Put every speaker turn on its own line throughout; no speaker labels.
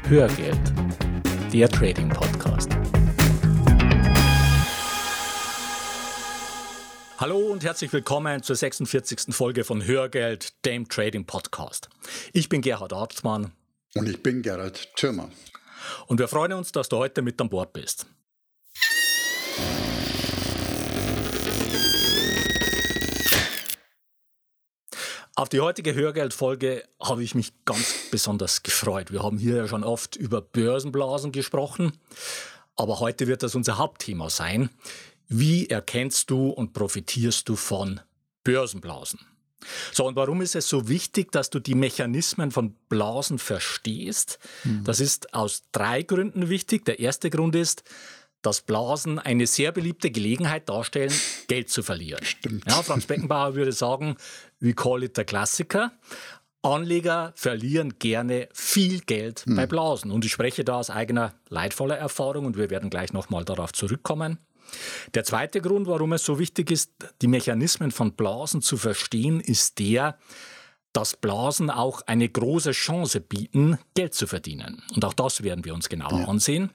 Hörgeld, der Trading-Podcast. Hallo und herzlich willkommen zur 46. Folge von Hörgeld, dem Trading-Podcast. Ich bin Gerhard Arzmann.
Und ich bin Gerald Thürmer.
Und wir freuen uns, dass du heute mit an Bord bist. Auf die heutige Hörgeld-Folge habe ich mich ganz besonders gefreut. Wir haben hier ja schon oft über Börsenblasen gesprochen, aber heute wird das unser Hauptthema sein. Wie erkennst du und profitierst du von Börsenblasen? So, und warum ist es so wichtig, dass du die Mechanismen von Blasen verstehst? Das ist aus 3 Gründen wichtig. Der erste Grund ist, dass Blasen eine sehr beliebte Gelegenheit darstellen, Geld zu verlieren.
Stimmt.
Ja, Franz Beckenbauer würde sagen, we call it the Klassiker. Anleger verlieren gerne viel Geld bei Blasen. Und ich spreche da aus eigener leidvoller Erfahrung und wir werden gleich nochmal darauf zurückkommen. Der zweite Grund, warum es so wichtig ist, die Mechanismen von Blasen zu verstehen, ist der, dass Blasen auch eine große Chance bieten, Geld zu verdienen. Und auch das werden wir uns genauer ansehen.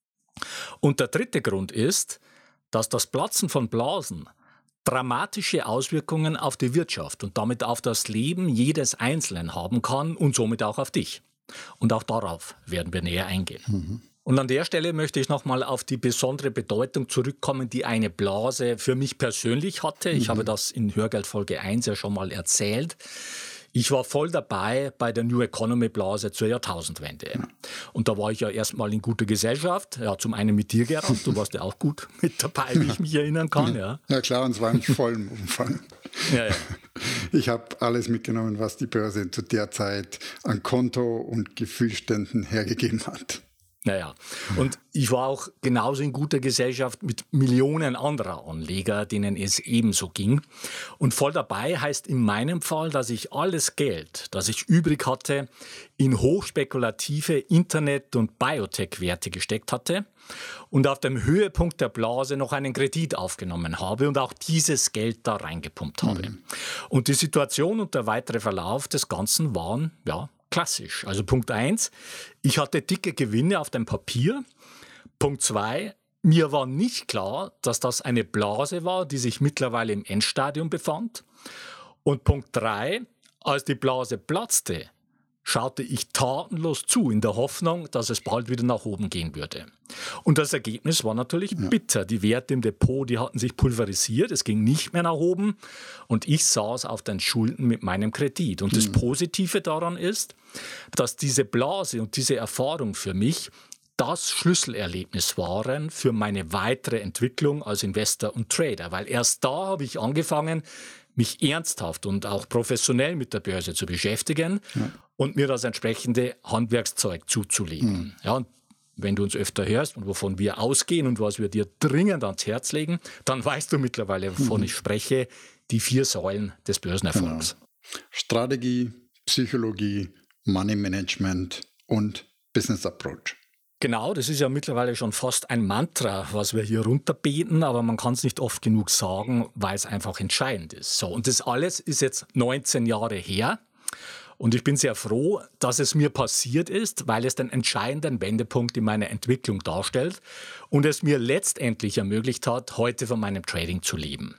Und der dritte Grund ist, dass das Platzen von Blasen dramatische Auswirkungen auf die Wirtschaft und damit auf das Leben jedes Einzelnen haben kann und somit auch auf dich. Und auch darauf werden wir näher eingehen. Und an der Stelle möchte ich nochmal auf die besondere Bedeutung zurückkommen, die eine Blase für mich persönlich hatte. Ich habe das in Hörgeld Folge 1 ja schon mal erzählt. Ich war voll dabei bei der New Economy Blase zur Jahrtausendwende. Und da war ich ja erstmal in guter Gesellschaft. Ja, zum einen mit dir, Gerhard, du warst ja auch gut mit dabei, wie ich mich erinnern kann. Ja
klar, und zwar in vollem Umfang.
Ja.
Ich habe alles mitgenommen, was die Börse zu der Zeit an Konto und Gefühlsständen hergegeben hat.
Naja, und ich war auch genauso in guter Gesellschaft mit Millionen anderer Anleger, denen es ebenso ging. Und voll dabei heißt in meinem Fall, dass ich alles Geld, das ich übrig hatte, in hochspekulative Internet- und Biotech-Werte gesteckt hatte und auf dem Höhepunkt der Blase noch einen Kredit aufgenommen habe und auch dieses Geld da reingepumpt habe. Und die Situation und der weitere Verlauf des Ganzen waren, klassisch. Also Punkt 1, ich hatte dicke Gewinne auf dem Papier. Punkt 2, mir war nicht klar, dass das eine Blase war, die sich mittlerweile im Endstadium befand. Und Punkt 3, als die Blase platzte, schaute ich tatenlos zu, in der Hoffnung, dass es bald wieder nach oben gehen würde. Und das Ergebnis war natürlich bitter. Die Werte im Depot, die hatten sich pulverisiert, es ging nicht mehr nach oben und ich saß auf den Schulden mit meinem Kredit. Und das Positive daran ist, dass diese Blase und diese Erfahrung für mich das Schlüsselerlebnis waren für meine weitere Entwicklung als Investor und Trader. Weil erst da habe ich angefangen, mich ernsthaft und auch professionell mit der Börse zu beschäftigen und mir das entsprechende Handwerkszeug zuzulegen. Ja, und wenn du uns öfter hörst und wovon wir ausgehen und was wir dir dringend ans Herz legen, dann weißt du mittlerweile, wovon ich spreche, die 4 Säulen des Börsenerfolgs.
Strategie, Psychologie, Money Management und Business Approach.
Genau, das ist ja mittlerweile schon fast ein Mantra, was wir hier runterbeten, aber man kann es nicht oft genug sagen, weil es einfach entscheidend ist. So, und das alles ist jetzt 19 Jahre her und ich bin sehr froh, dass es mir passiert ist, weil es den entscheidenden Wendepunkt in meiner Entwicklung darstellt und es mir letztendlich ermöglicht hat, heute von meinem Trading zu leben.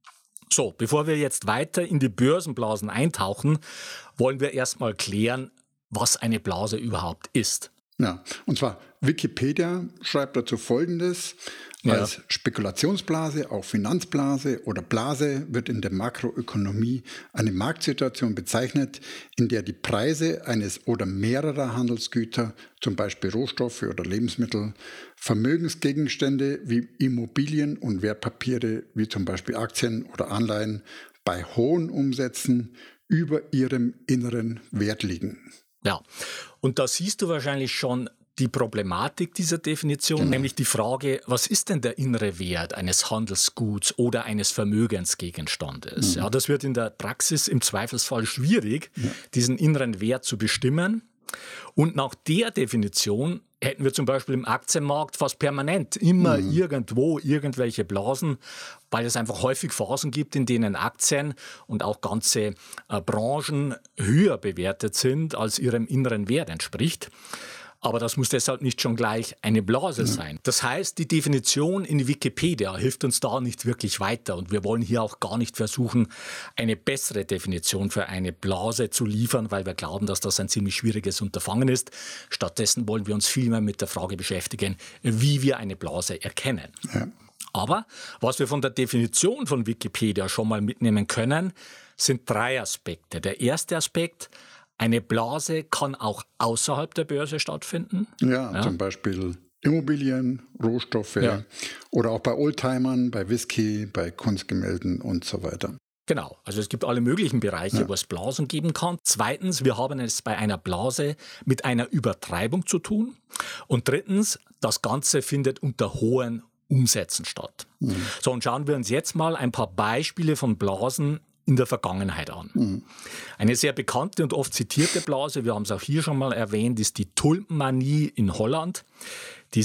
So, bevor wir jetzt weiter in die Börsenblasen eintauchen, wollen wir erstmal klären, was eine Blase überhaupt ist.
Ja, und zwar Wikipedia schreibt dazu Folgendes. Als Spekulationsblase, auch Finanzblase oder Blase wird in der Makroökonomie eine Marktsituation bezeichnet, in der die Preise eines oder mehrerer Handelsgüter, zum Beispiel Rohstoffe oder Lebensmittel, Vermögensgegenstände wie Immobilien und Wertpapiere wie zum Beispiel Aktien oder Anleihen bei hohen Umsätzen über ihrem inneren Wert liegen.
Ja, und da siehst du wahrscheinlich schon die Problematik dieser Definition, nämlich die Frage, was ist denn der innere Wert eines Handelsguts oder eines Vermögensgegenstandes? Ja, das wird in der Praxis im Zweifelsfall schwierig, diesen inneren Wert zu bestimmen. Und nach der Definition hätten wir zum Beispiel im Aktienmarkt fast permanent immer irgendwo irgendwelche Blasen, weil es einfach häufig Phasen gibt, in denen Aktien und auch ganze Branchen höher bewertet sind, als ihrem inneren Wert entspricht. Aber das muss deshalb nicht schon gleich eine Blase sein. Das heißt, die Definition in Wikipedia hilft uns da nicht wirklich weiter. Und wir wollen hier auch gar nicht versuchen, eine bessere Definition für eine Blase zu liefern, weil wir glauben, dass das ein ziemlich schwieriges Unterfangen ist. Stattdessen wollen wir uns vielmehr mit der Frage beschäftigen, wie wir eine Blase erkennen. Ja. Aber was wir von der Definition von Wikipedia schon mal mitnehmen können, sind 3 Aspekte. Der erste Aspekt: Eine Blase kann auch außerhalb der Börse stattfinden.
Ja, zum Beispiel Immobilien, Rohstoffe oder auch bei Oldtimern, bei Whisky, bei Kunstgemälden und so weiter.
Genau, also es gibt alle möglichen Bereiche, wo es Blasen geben kann. Zweitens, wir haben es bei einer Blase mit einer Übertreibung zu tun. Und drittens, das Ganze findet unter hohen Umsätzen statt. So, und schauen wir uns jetzt mal ein paar Beispiele von Blasen in der Vergangenheit an. Eine sehr bekannte und oft zitierte Blase, wir haben es auch hier schon mal erwähnt, ist die Tulpenmanie in Holland, die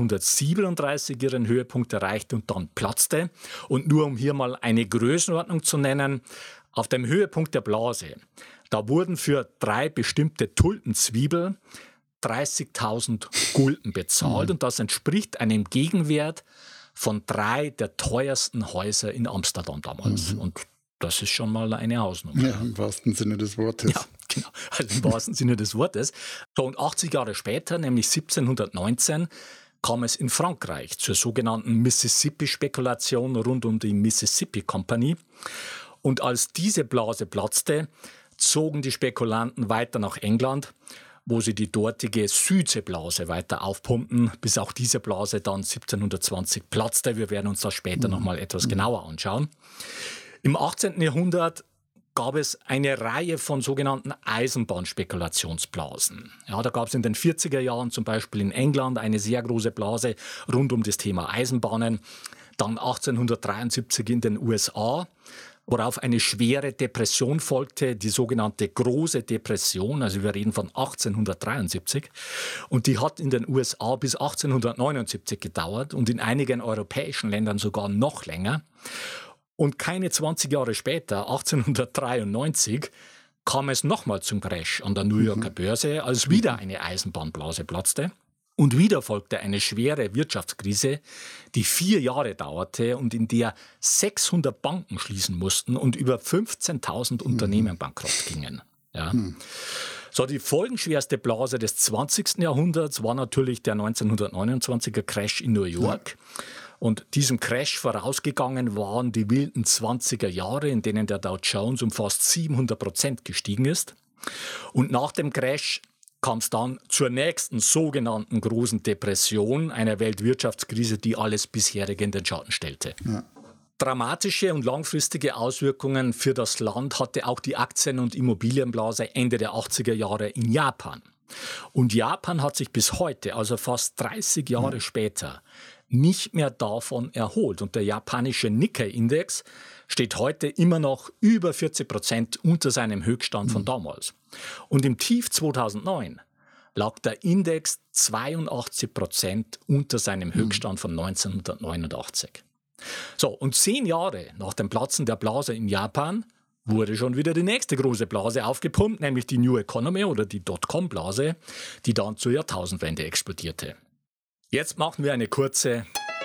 1637 ihren Höhepunkt erreichte und dann platzte. Und nur um hier mal eine Größenordnung zu nennen, auf dem Höhepunkt der Blase, da wurden für 3 bestimmte Tulpenzwiebeln 30.000 Gulden bezahlt und das entspricht einem Gegenwert von 3 der teuersten Häuser in Amsterdam damals. Und das ist schon mal eine Hausnummer.
Ja, im wahrsten Sinne des Wortes.
Ja, genau, also im wahrsten Sinne des Wortes. So, und 80 Jahre später, nämlich 1719, kam es in Frankreich zur sogenannten Mississippi-Spekulation rund um die Mississippi Company. Und als diese Blase platzte, zogen die Spekulanten weiter nach England, wo sie die dortige Südseeblase weiter aufpumpten, bis auch diese Blase dann 1720 platzte. Wir werden uns das später noch mal etwas genauer anschauen. Im 18. Jahrhundert gab es eine Reihe von sogenannten Eisenbahnspekulationsblasen. Ja, da gab es in den 40er Jahren zum Beispiel in England eine sehr große Blase rund um das Thema Eisenbahnen. Dann 1873 in den USA, worauf eine schwere Depression folgte, die sogenannte Große Depression, also wir reden von 1873. Und die hat in den USA bis 1879 gedauert und in einigen europäischen Ländern sogar noch länger. Und keine 20 Jahre später, 1893, kam es nochmal zum Crash an der New Yorker Börse, als wieder eine Eisenbahnblase platzte. Und wieder folgte eine schwere Wirtschaftskrise, die 4 Jahre dauerte und in der 600 Banken schließen mussten und über 15.000 Unternehmen bankrott gingen. Ja. So, die folgenschwerste Blase des 20. Jahrhunderts war natürlich der 1929er Crash in New York. Und diesem Crash vorausgegangen waren die wilden 20er Jahre, in denen der Dow Jones um fast 700% gestiegen ist. Und nach dem Crash kam es dann zur nächsten sogenannten großen Depression, einer Weltwirtschaftskrise, die alles bisherige in den Schatten stellte. Ja. Dramatische und langfristige Auswirkungen für das Land hatte auch die Aktien- und Immobilienblase Ende der 80er Jahre in Japan. Und Japan hat sich bis heute, also fast 30 Jahre später, nicht mehr davon erholt. Und der japanische Nikkei-Index steht heute immer noch über 40% unter seinem Höchststand von damals. Und im Tief 2009 lag der Index 82% unter seinem Höchststand von 1989. So, und 10 Jahre nach dem Platzen der Blase in Japan wurde schon wieder die nächste große Blase aufgepumpt, nämlich die New Economy oder die Dotcom-Blase, die dann zur Jahrtausendwende explodierte. Jetzt machen wir eine kurze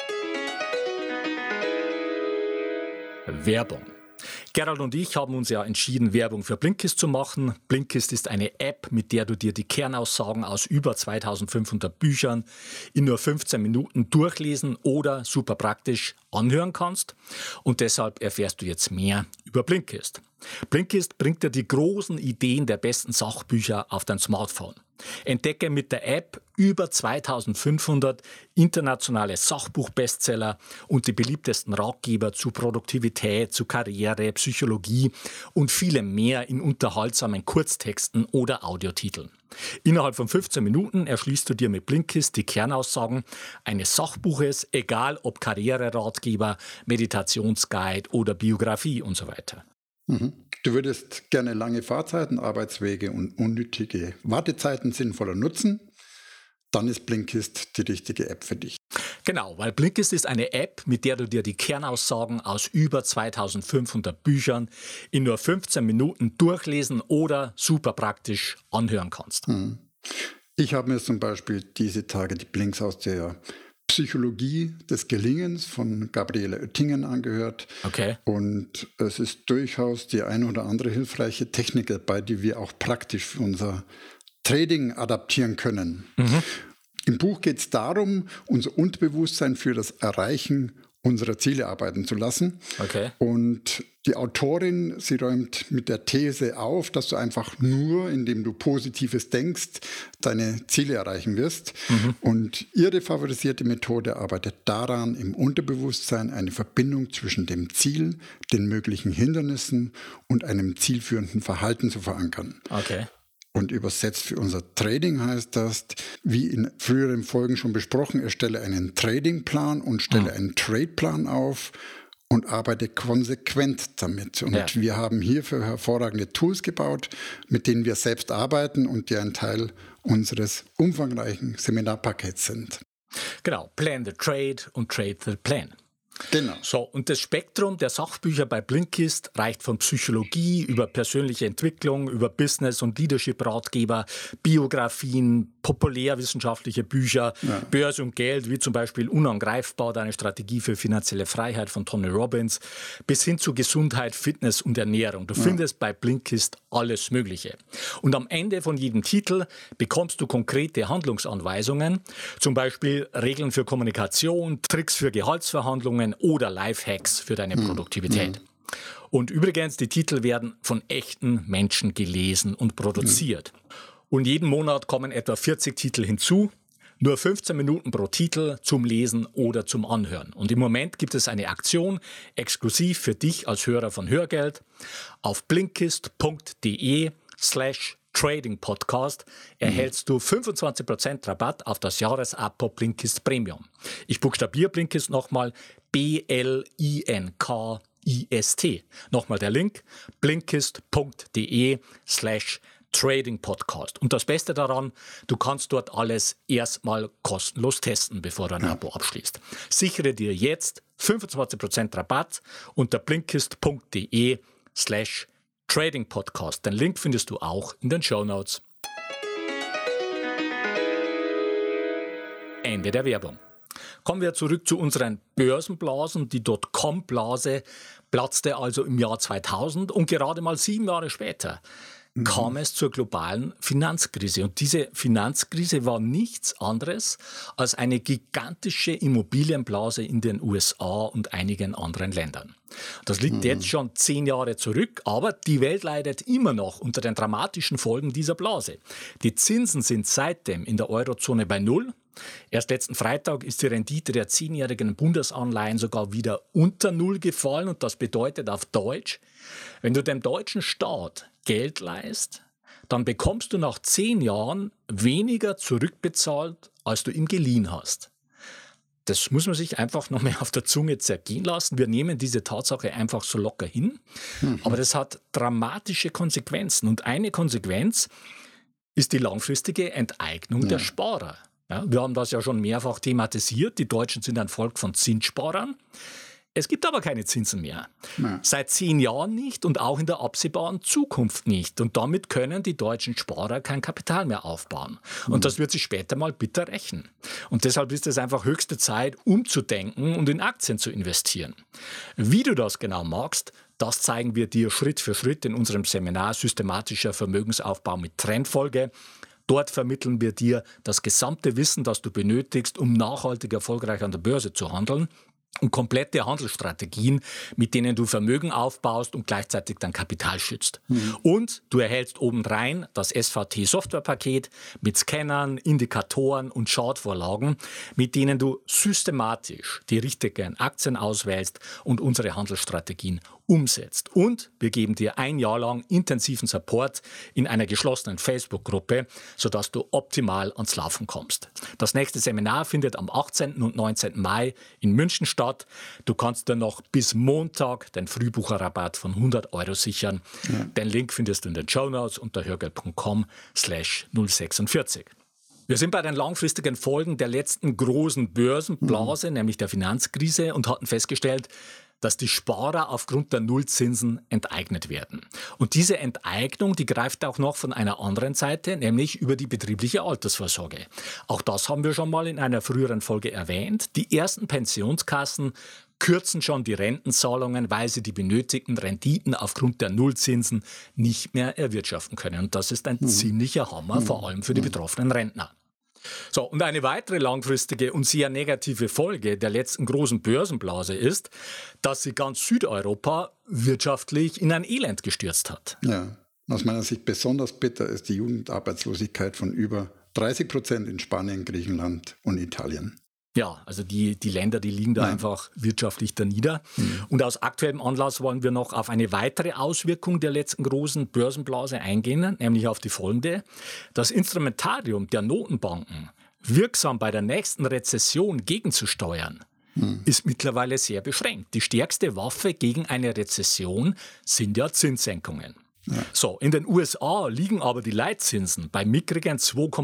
Werbung. Gerald und ich haben uns ja entschieden, Werbung für Blinkist zu machen. Blinkist ist eine App, mit der du dir die Kernaussagen aus über 2500 Büchern in nur 15 Minuten durchlesen oder super praktisch anhören kannst. Und deshalb erfährst du jetzt mehr über Blinkist. Blinkist bringt dir die großen Ideen der besten Sachbücher auf dein Smartphone. Entdecke mit der App über 2500 internationale Sachbuchbestseller und die beliebtesten Ratgeber zu Produktivität, zu Karriere, Psychologie und vielem mehr in unterhaltsamen Kurztexten oder Audiotiteln. Innerhalb von 15 Minuten erschließt du dir mit Blinkist die Kernaussagen eines Sachbuches, egal ob Karriereratgeber, Meditationsguide oder Biografie und so weiter.
Du würdest gerne lange Fahrzeiten, Arbeitswege und unnötige Wartezeiten sinnvoller nutzen, dann ist Blinkist die richtige App für dich.
Genau, weil Blinkist ist eine App, mit der du dir die Kernaussagen aus über 2500 Büchern in nur 15 Minuten durchlesen oder super praktisch anhören kannst.
Ich habe mir zum Beispiel diese Tage die Blinks aus der Psychologie des Gelingens von Gabriele Oettingen angehört.
Okay.
Und es ist durchaus die eine oder andere hilfreiche Technik dabei, die wir auch praktisch für unser Trading adaptieren können. Im Buch geht es darum, unser Unterbewusstsein für das Erreichen unserer Ziele arbeiten zu lassen.
Okay.
Und die Autorin, sie räumt mit der These auf, dass du einfach nur, indem du Positives denkst, deine Ziele erreichen wirst. Und ihre favorisierte Methode arbeitet daran, im Unterbewusstsein eine Verbindung zwischen dem Ziel, den möglichen Hindernissen und einem zielführenden Verhalten zu verankern.
Okay.
Und übersetzt für unser Trading heißt das, wie in früheren Folgen schon besprochen, erstelle einen Tradingplan und stelle einen Tradeplan auf und arbeite konsequent damit. Und wir haben hierfür hervorragende Tools gebaut, mit denen wir selbst arbeiten und die ein Teil unseres umfangreichen Seminarpakets sind.
Genau, Plan the Trade und Trade the Plan.
Genau.
So, und das Spektrum der Sachbücher bei Blinkist reicht von Psychologie über persönliche Entwicklung, über Business- und Leadership-Ratgeber, Biografien, populärwissenschaftliche Bücher, Börse und Geld, wie zum Beispiel Unangreifbar, deine Strategie für finanzielle Freiheit von Tony Robbins, bis hin zu Gesundheit, Fitness und Ernährung. Du findest bei Blinkist alles Mögliche. Und am Ende von jedem Titel bekommst du konkrete Handlungsanweisungen, zum Beispiel Regeln für Kommunikation, Tricks für Gehaltsverhandlungen oder Lifehacks für deine Produktivität. Und übrigens, die Titel werden von echten Menschen gelesen und produziert. Und jeden Monat kommen etwa 40 Titel hinzu. Nur 15 Minuten pro Titel zum Lesen oder zum Anhören. Und im Moment gibt es eine Aktion exklusiv für dich als Hörer von Hörgeld. Auf blinkist.de/Trading Podcast erhältst du 25% Rabatt auf das Jahresabo Blinkist Premium. Ich buchstabiere Blinkist nochmal, BLINKIST. Nochmal der Link, blinkist.de/Trading Podcast. Und das Beste daran, du kannst dort alles erstmal kostenlos testen, bevor du ein Abo abschließt. Sichere dir jetzt 25% Rabatt unter blinkist.de/Trading Podcast. Den Link findest du auch in den Shownotes. Ende der Werbung. Kommen wir zurück zu unseren Börsenblasen. Die Dotcom-Blase platzte also im Jahr 2000 und gerade mal 7 Jahre später kam es zur globalen Finanzkrise. Und diese Finanzkrise war nichts anderes als eine gigantische Immobilienblase in den USA und einigen anderen Ländern. Das liegt jetzt schon 10 Jahre zurück, aber die Welt leidet immer noch unter den dramatischen Folgen dieser Blase. Die Zinsen sind seitdem in der Eurozone bei Null. Erst letzten Freitag ist die Rendite der 10-jährigen Bundesanleihen sogar wieder unter Null gefallen. Und das bedeutet auf Deutsch, wenn du dem deutschen Staat Geld leihst, dann bekommst du nach 10 Jahren weniger zurückbezahlt, als du ihm geliehen hast. Das muss man sich einfach noch mehr auf der Zunge zergehen lassen. Wir nehmen diese Tatsache einfach so locker hin. Aber das hat dramatische Konsequenzen. Und eine Konsequenz ist die langfristige Enteignung der Sparer. Ja, wir haben das ja schon mehrfach thematisiert. Die Deutschen sind ein Volk von Zinssparern. Es gibt aber keine Zinsen mehr. Seit 10 Jahren nicht und auch in der absehbaren Zukunft nicht. Und damit können die deutschen Sparer kein Kapital mehr aufbauen. Und das wird sich später mal bitter rächen. Und deshalb ist es einfach höchste Zeit, umzudenken und in Aktien zu investieren. Wie du das genau magst, das zeigen wir dir Schritt für Schritt in unserem Seminar Systematischer Vermögensaufbau mit Trendfolge. Dort vermitteln wir dir das gesamte Wissen, das du benötigst, um nachhaltig erfolgreich an der Börse zu handeln. Und komplette Handelsstrategien, mit denen du Vermögen aufbaust und gleichzeitig dein Kapital schützt. Und du erhältst obendrein das SVT-Softwarepaket mit Scannern, Indikatoren und Chartvorlagen, mit denen du systematisch die richtigen Aktien auswählst und unsere Handelsstrategien umsetzt. Und wir geben dir 1 Jahr lang intensiven Support in einer geschlossenen Facebook-Gruppe, sodass du optimal ans Laufen kommst. Das nächste Seminar findet am 18. und 19. Mai in München statt. Du kannst dir noch bis Montag den Frühbucherrabatt von 100 € sichern. Den Link findest du in den Shownotes unter hörgeld.com/046. Wir sind bei den langfristigen Folgen der letzten großen Börsenblase, nämlich der Finanzkrise, und hatten festgestellt, dass die Sparer aufgrund der Nullzinsen enteignet werden. Und diese Enteignung, die greift auch noch von einer anderen Seite, nämlich über die betriebliche Altersvorsorge. Auch das haben wir schon mal in einer früheren Folge erwähnt. Die ersten Pensionskassen kürzen schon die Rentenzahlungen, weil sie die benötigten Renditen aufgrund der Nullzinsen nicht mehr erwirtschaften können. Und das ist ein ziemlicher Hammer, vor allem für die betroffenen Rentner. So, und eine weitere langfristige und sehr negative Folge der letzten großen Börsenblase ist, dass sie ganz Südeuropa wirtschaftlich in ein Elend gestürzt hat.
Ja, aus meiner Sicht besonders bitter ist die Jugendarbeitslosigkeit von über 30% in Spanien, Griechenland und Italien.
Ja, also die Länder, die liegen da einfach wirtschaftlich danieder. Und aus aktuellem Anlass wollen wir noch auf eine weitere Auswirkung der letzten großen Börsenblase eingehen, nämlich auf die folgende. Das Instrumentarium der Notenbanken, wirksam bei der nächsten Rezession gegenzusteuern, ist mittlerweile sehr beschränkt. Die stärkste Waffe gegen eine Rezession sind ja Zinssenkungen. Ja. So, in den USA liegen aber die Leitzinsen bei mickrigen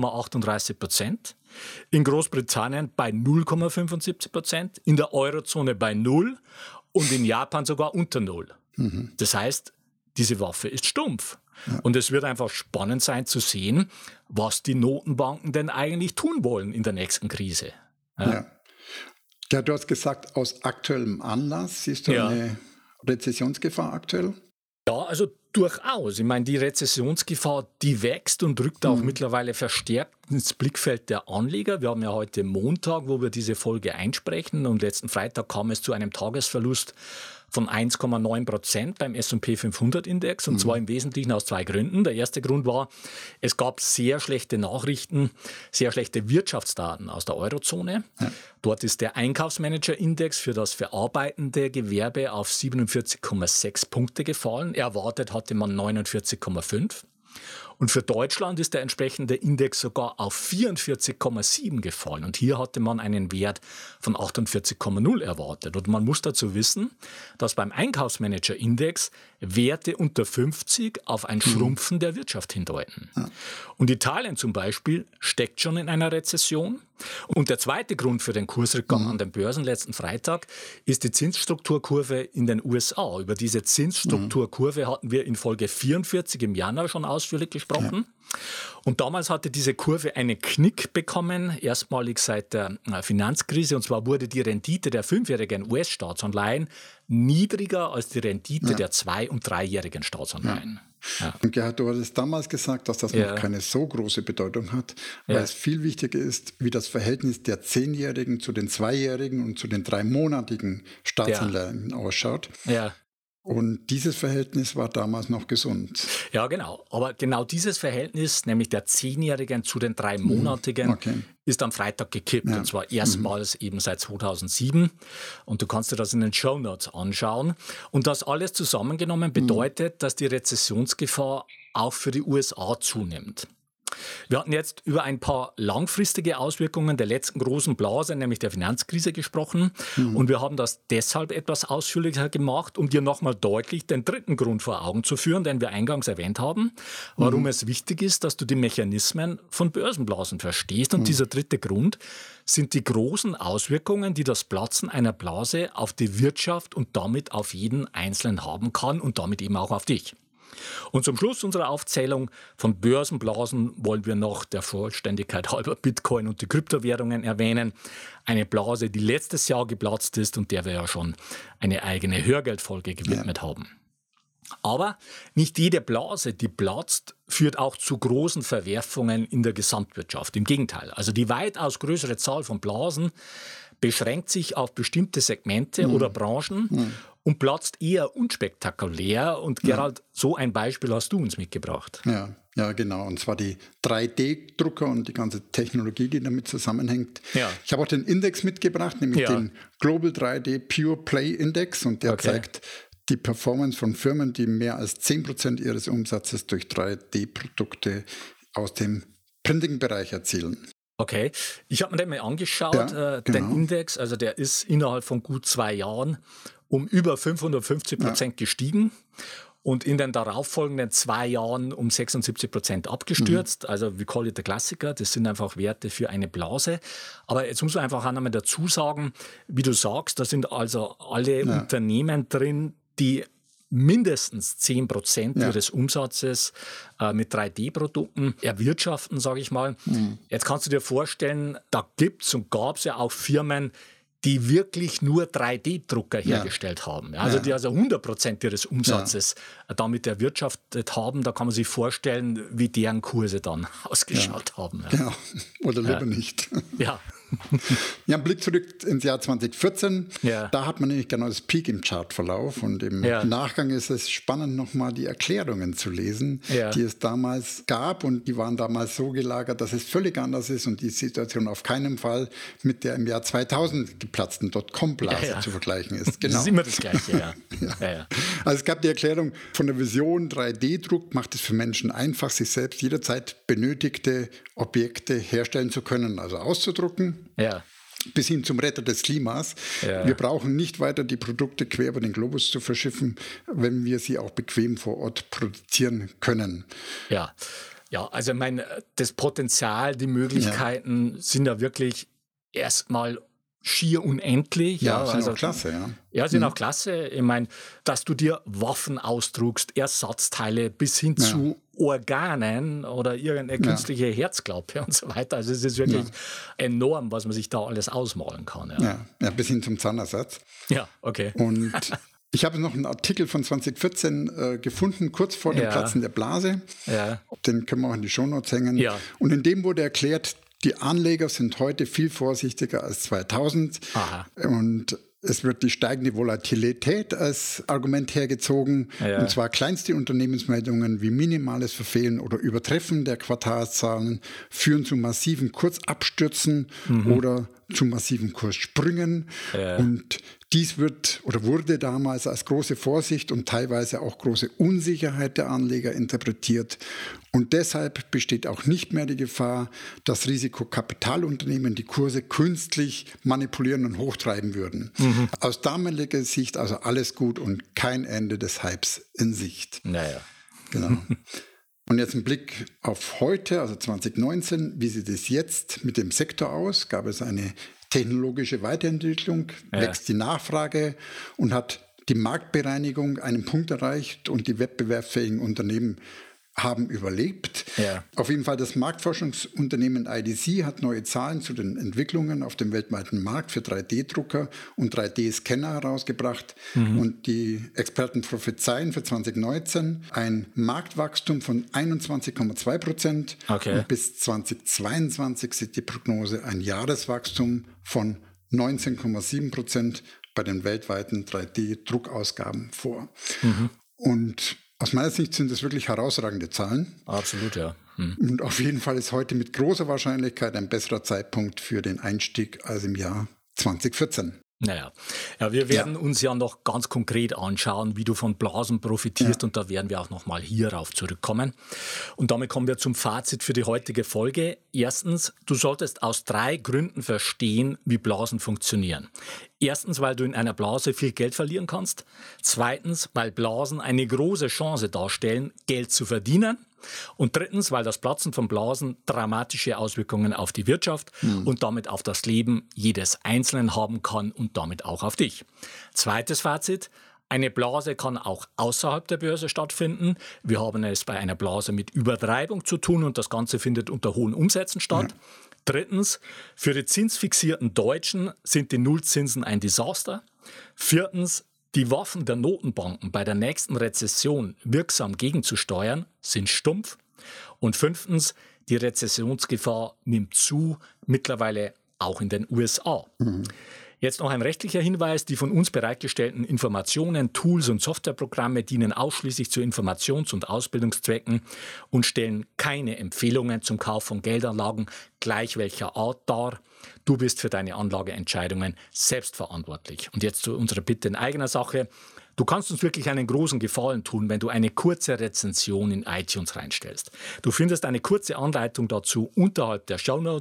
2,38%, in Großbritannien bei 0,75%, in der Eurozone bei 0 und in Japan sogar unter 0. Das heißt, diese Waffe ist stumpf. Ja. Und es wird einfach spannend sein zu sehen, was die Notenbanken denn eigentlich tun wollen in der nächsten Krise.
Ja, du hast gesagt, aus aktuellem Anlass siehst du eine Rezessionsgefahr aktuell?
Ja, also durchaus. Ich meine, die Rezessionsgefahr, die wächst und rückt auch mittlerweile verstärkt ins Blickfeld der Anleger. Wir haben ja heute Montag, wo wir diese Folge einsprechen, und letzten Freitag kam es zu einem Tagesverlust von 1,9% beim S&P 500-Index, und zwar im Wesentlichen aus zwei Gründen. Der erste Grund war, es gab sehr schlechte Nachrichten, sehr schlechte Wirtschaftsdaten aus der Eurozone. Ja. Dort ist der Einkaufsmanager-Index für das verarbeitende Gewerbe auf 47,6 Punkte gefallen. Erwartet hatte man 49,5. Und für Deutschland ist der entsprechende Index sogar auf 44,7 gefallen. Und hier hatte man einen Wert von 48,0 erwartet. Und man muss dazu wissen, dass beim Einkaufsmanager-Index Werte unter 50 auf ein Schrumpfen der Wirtschaft hindeuten. Ja. Und Italien zum Beispiel steckt schon in einer Rezession. Und der zweite Grund für den Kursrückgang an den Börsen letzten Freitag ist die Zinsstrukturkurve in den USA. Über diese Zinsstrukturkurve hatten wir in Folge 44 im Januar schon ausführlich gesprochen. Ja. Und damals hatte diese Kurve einen Knick bekommen, erstmalig seit der Finanzkrise. Und zwar wurde die Rendite der 5-jährigen US-Staatsanleihen niedriger als die Rendite der 2- und 3-jährigen Staatsanleihen.
Ja. Und Gerhard, du hattest damals gesagt, dass das noch keine so große Bedeutung hat, weil es viel wichtiger ist, wie das Verhältnis der 10-jährigen zu den 2-jährigen und zu den 3-monatigen Staatsanleihen ausschaut. Ja. Und dieses Verhältnis war damals noch gesund.
Ja, genau. Aber genau dieses Verhältnis, nämlich der 10-Jährigen zu den 3-monatigen, ist am Freitag gekippt. Und zwar erstmals eben seit 2007. Und du kannst dir das in den Shownotes anschauen. Und das alles zusammengenommen bedeutet, dass die Rezessionsgefahr auch für die USA zunimmt. Wir hatten jetzt über ein paar langfristige Auswirkungen der letzten großen Blase, nämlich der Finanzkrise, gesprochen. Und wir haben das deshalb etwas ausführlicher gemacht, um dir nochmal deutlich den dritten Grund vor Augen zu führen, den wir eingangs erwähnt haben, warum es wichtig ist, dass du die Mechanismen von Börsenblasen verstehst. Und dieser dritte Grund sind die großen Auswirkungen, die das Platzen einer Blase auf die Wirtschaft und damit auf jeden Einzelnen haben kann und damit eben auch auf dich. Und zum Schluss unserer Aufzählung von Börsenblasen wollen wir noch der Vollständigkeit halber Bitcoin und die Kryptowährungen erwähnen. Eine Blase, die letztes Jahr geplatzt ist und der wir ja schon eine eigene Hörgeldfolge gewidmet haben. Aber nicht jede Blase, die platzt, führt auch zu großen Verwerfungen in der Gesamtwirtschaft. Im Gegenteil, also die weitaus größere Zahl von Blasen beschränkt sich auf bestimmte Segmente oder Branchen und platzt eher unspektakulär. Und Gerald, so ein Beispiel hast du uns mitgebracht.
Ja, genau. Und zwar die 3D-Drucker und die ganze Technologie, die damit zusammenhängt. Ja. Ich habe auch den Index mitgebracht, nämlich den Global 3D Pure Play Index. Und der zeigt die Performance von Firmen, die mehr als 10% ihres Umsatzes durch 3D-Produkte aus dem Printing-Bereich erzielen.
Okay, ich habe mir den mal angeschaut, den Index, also der ist innerhalb von gut 2 Jahren um über 550% gestiegen. und in den darauffolgenden 2 Jahren um 76% abgestürzt. Also we call it the Klassiker, das sind einfach Werte für eine Blase. Aber jetzt muss man einfach auch nochmal dazu sagen, wie du sagst, da sind also alle Unternehmen drin, die mindestens 10% ihres Umsatzes mit 3D-Produkten erwirtschaften, sage ich mal. Jetzt kannst du dir vorstellen, da gibt es und gab es ja auch Firmen, die wirklich nur 3D-Drucker hergestellt haben. Also die also 100% ihres Umsatzes damit erwirtschaftet haben. Da kann man sich vorstellen, wie deren Kurse dann ausgeschaut haben.
Genau. Oder lieber nicht.
Ja.
Ja, ein Blick zurück ins Jahr 2014. Da hat man nämlich genau das Peak im Chartverlauf. Und im Nachgang ist es spannend, nochmal die Erklärungen zu lesen, die es damals gab. Und die waren damals so gelagert, dass es völlig anders ist und die Situation auf keinen Fall mit der im Jahr 2000 geplatzten Dotcom-Blase zu vergleichen ist. Genau.
Das ist immer das Gleiche,
Also es gab die Erklärung von der Vision, 3D-Druck macht es für Menschen einfach, sich selbst jederzeit benötigte Objekte herstellen zu können, also auszudrucken. Bis hin zum Retter des Klimas. Wir brauchen nicht weiter die Produkte quer über den Globus zu verschiffen, wenn wir sie auch bequem vor Ort produzieren können.
Ja, also ich meine, das Potenzial, die Möglichkeiten sind ja wirklich erstmal schier unendlich.
Sind also auch klasse,
sind auch klasse. Ich meine, dass du dir Waffen ausdruckst, Ersatzteile bis hin zu Organen oder irgendeine künstliche Herzklappe und so weiter. Also es ist wirklich enorm, was man sich da alles ausmalen kann.
Ja, bis hin zum Zahnersatz.
Ja, okay.
Und ich habe noch einen Artikel von 2014 gefunden, kurz vor dem Platzen der Blase. Den können wir auch in die Shownotes hängen. Und in dem wurde erklärt, die Anleger sind heute viel vorsichtiger als 2000. Und es wird die steigende Volatilität als Argument hergezogen. Und zwar kleinste Unternehmensmeldungen wie minimales Verfehlen oder Übertreffen der Quartalszahlen führen zu massiven Kursabstürzen oder zu massiven Kurssprüngen. Und dies wurde damals als große Vorsicht und teilweise auch große Unsicherheit der Anleger interpretiert. Und deshalb besteht auch nicht mehr die Gefahr, dass Risikokapitalunternehmen die Kurse künstlich manipulieren und hochtreiben würden. Aus damaliger Sicht also alles gut und kein Ende des Hypes in Sicht. Genau. Und jetzt ein Blick auf heute, also 2019. Wie sieht es jetzt mit dem Sektor aus? Gab es eine technologische Weiterentwicklung? Wächst die Nachfrage und hat die Marktbereinigung einen Punkt erreicht und die wettbewerbsfähigen Unternehmen haben überlebt. Auf jeden Fall das Marktforschungsunternehmen IDC hat neue Zahlen zu den Entwicklungen auf dem weltweiten Markt für 3D-Drucker und 3D-Scanner herausgebracht. Und die Experten prophezeien für 2019 ein Marktwachstum von 21,2%. Und bis 2022 sieht die Prognose ein Jahreswachstum von 19,7% bei den weltweiten 3D-Druckausgaben vor. Und aus meiner Sicht sind das wirklich herausragende Zahlen.
Absolut, ja.
Und auf jeden Fall ist heute mit großer Wahrscheinlichkeit ein besserer Zeitpunkt für den Einstieg als im Jahr 2014.
Wir werden uns ja noch ganz konkret anschauen, wie du von Blasen profitierst und da werden wir auch nochmal hierauf zurückkommen. Und damit kommen wir zum Fazit für die heutige Folge. Erstens, du solltest aus 3 Gründen verstehen, wie Blasen funktionieren. Erstens, weil du in einer Blase viel Geld verlieren kannst. Zweitens, weil Blasen eine große Chance darstellen, Geld zu verdienen. Und drittens, weil das Platzen von Blasen dramatische Auswirkungen auf die Wirtschaft und damit auf das Leben jedes Einzelnen haben kann und damit auch auf dich. Zweites Fazit: Eine Blase kann auch außerhalb der Börse stattfinden. Wir haben es bei einer Blase mit Übertreibung zu tun und das Ganze findet unter hohen Umsätzen statt. Drittens, für die zinsfixierten Deutschen sind die Nullzinsen ein Desaster. Viertens, die Waffen der Notenbanken bei der nächsten Rezession wirksam gegenzusteuern, sind stumpf. Und 5. Die Rezessionsgefahr nimmt zu, mittlerweile auch in den USA. Jetzt noch ein rechtlicher Hinweis. Die von uns bereitgestellten Informationen, Tools und Softwareprogramme dienen ausschließlich zu Informations- und Ausbildungszwecken und stellen keine Empfehlungen zum Kauf von Geldanlagen, gleich welcher Art, dar. Du bist für deine Anlageentscheidungen selbstverantwortlich. Und jetzt zu unserer Bitte in eigener Sache. Du kannst uns wirklich einen großen Gefallen tun, wenn du eine kurze Rezension in iTunes reinstellst. Du findest eine kurze Anleitung dazu unterhalb der Shownotes.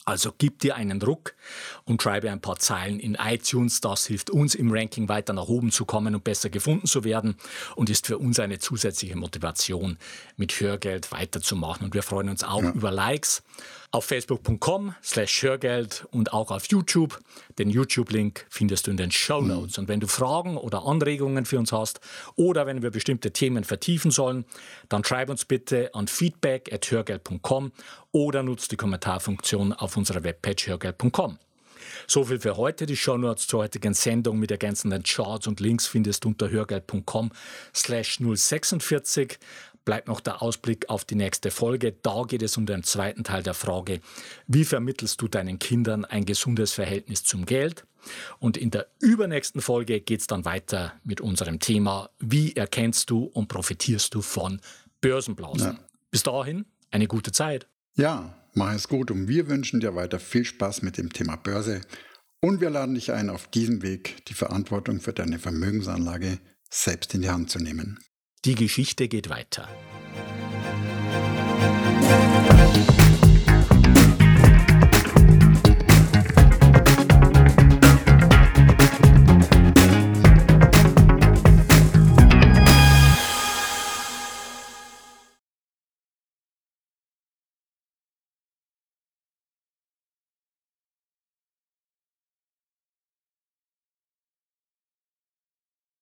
Also gib dir einen Ruck und schreibe ein paar Zeilen in iTunes. Das hilft uns im Ranking weiter nach oben zu kommen und besser gefunden zu werden und ist für uns eine zusätzliche Motivation, mit Hörgeld weiterzumachen. Und wir freuen uns auch über Likes auf facebook.com/Hörgeld und auch auf YouTube. Den YouTube-Link findest du in den Shownotes. Und wenn du Fragen oder Anregungen für uns hast oder wenn wir bestimmte Themen vertiefen sollen, dann schreib uns bitte an feedback@hörgeld.com oder nutzt die Kommentarfunktion auf unserer Webpage hörgeld.com. So viel für heute. Die Shownotes zur heutigen Sendung mit ergänzenden Charts und Links findest du unter hörgeld.com/046. Bleibt noch der Ausblick auf die nächste Folge. Da geht es um den zweiten Teil der Frage, wie vermittelst du deinen Kindern ein gesundes Verhältnis zum Geld? Und in der übernächsten Folge geht es dann weiter mit unserem Thema, wie erkennst du und profitierst du von Börsenblasen? Ja. Bis dahin, eine gute Zeit.
Ja, mach es gut und wir wünschen dir weiter viel Spaß mit dem Thema Börse und wir laden dich ein, auf diesem Weg die Verantwortung für deine Vermögensanlage selbst in die Hand zu nehmen.
Die Geschichte geht weiter.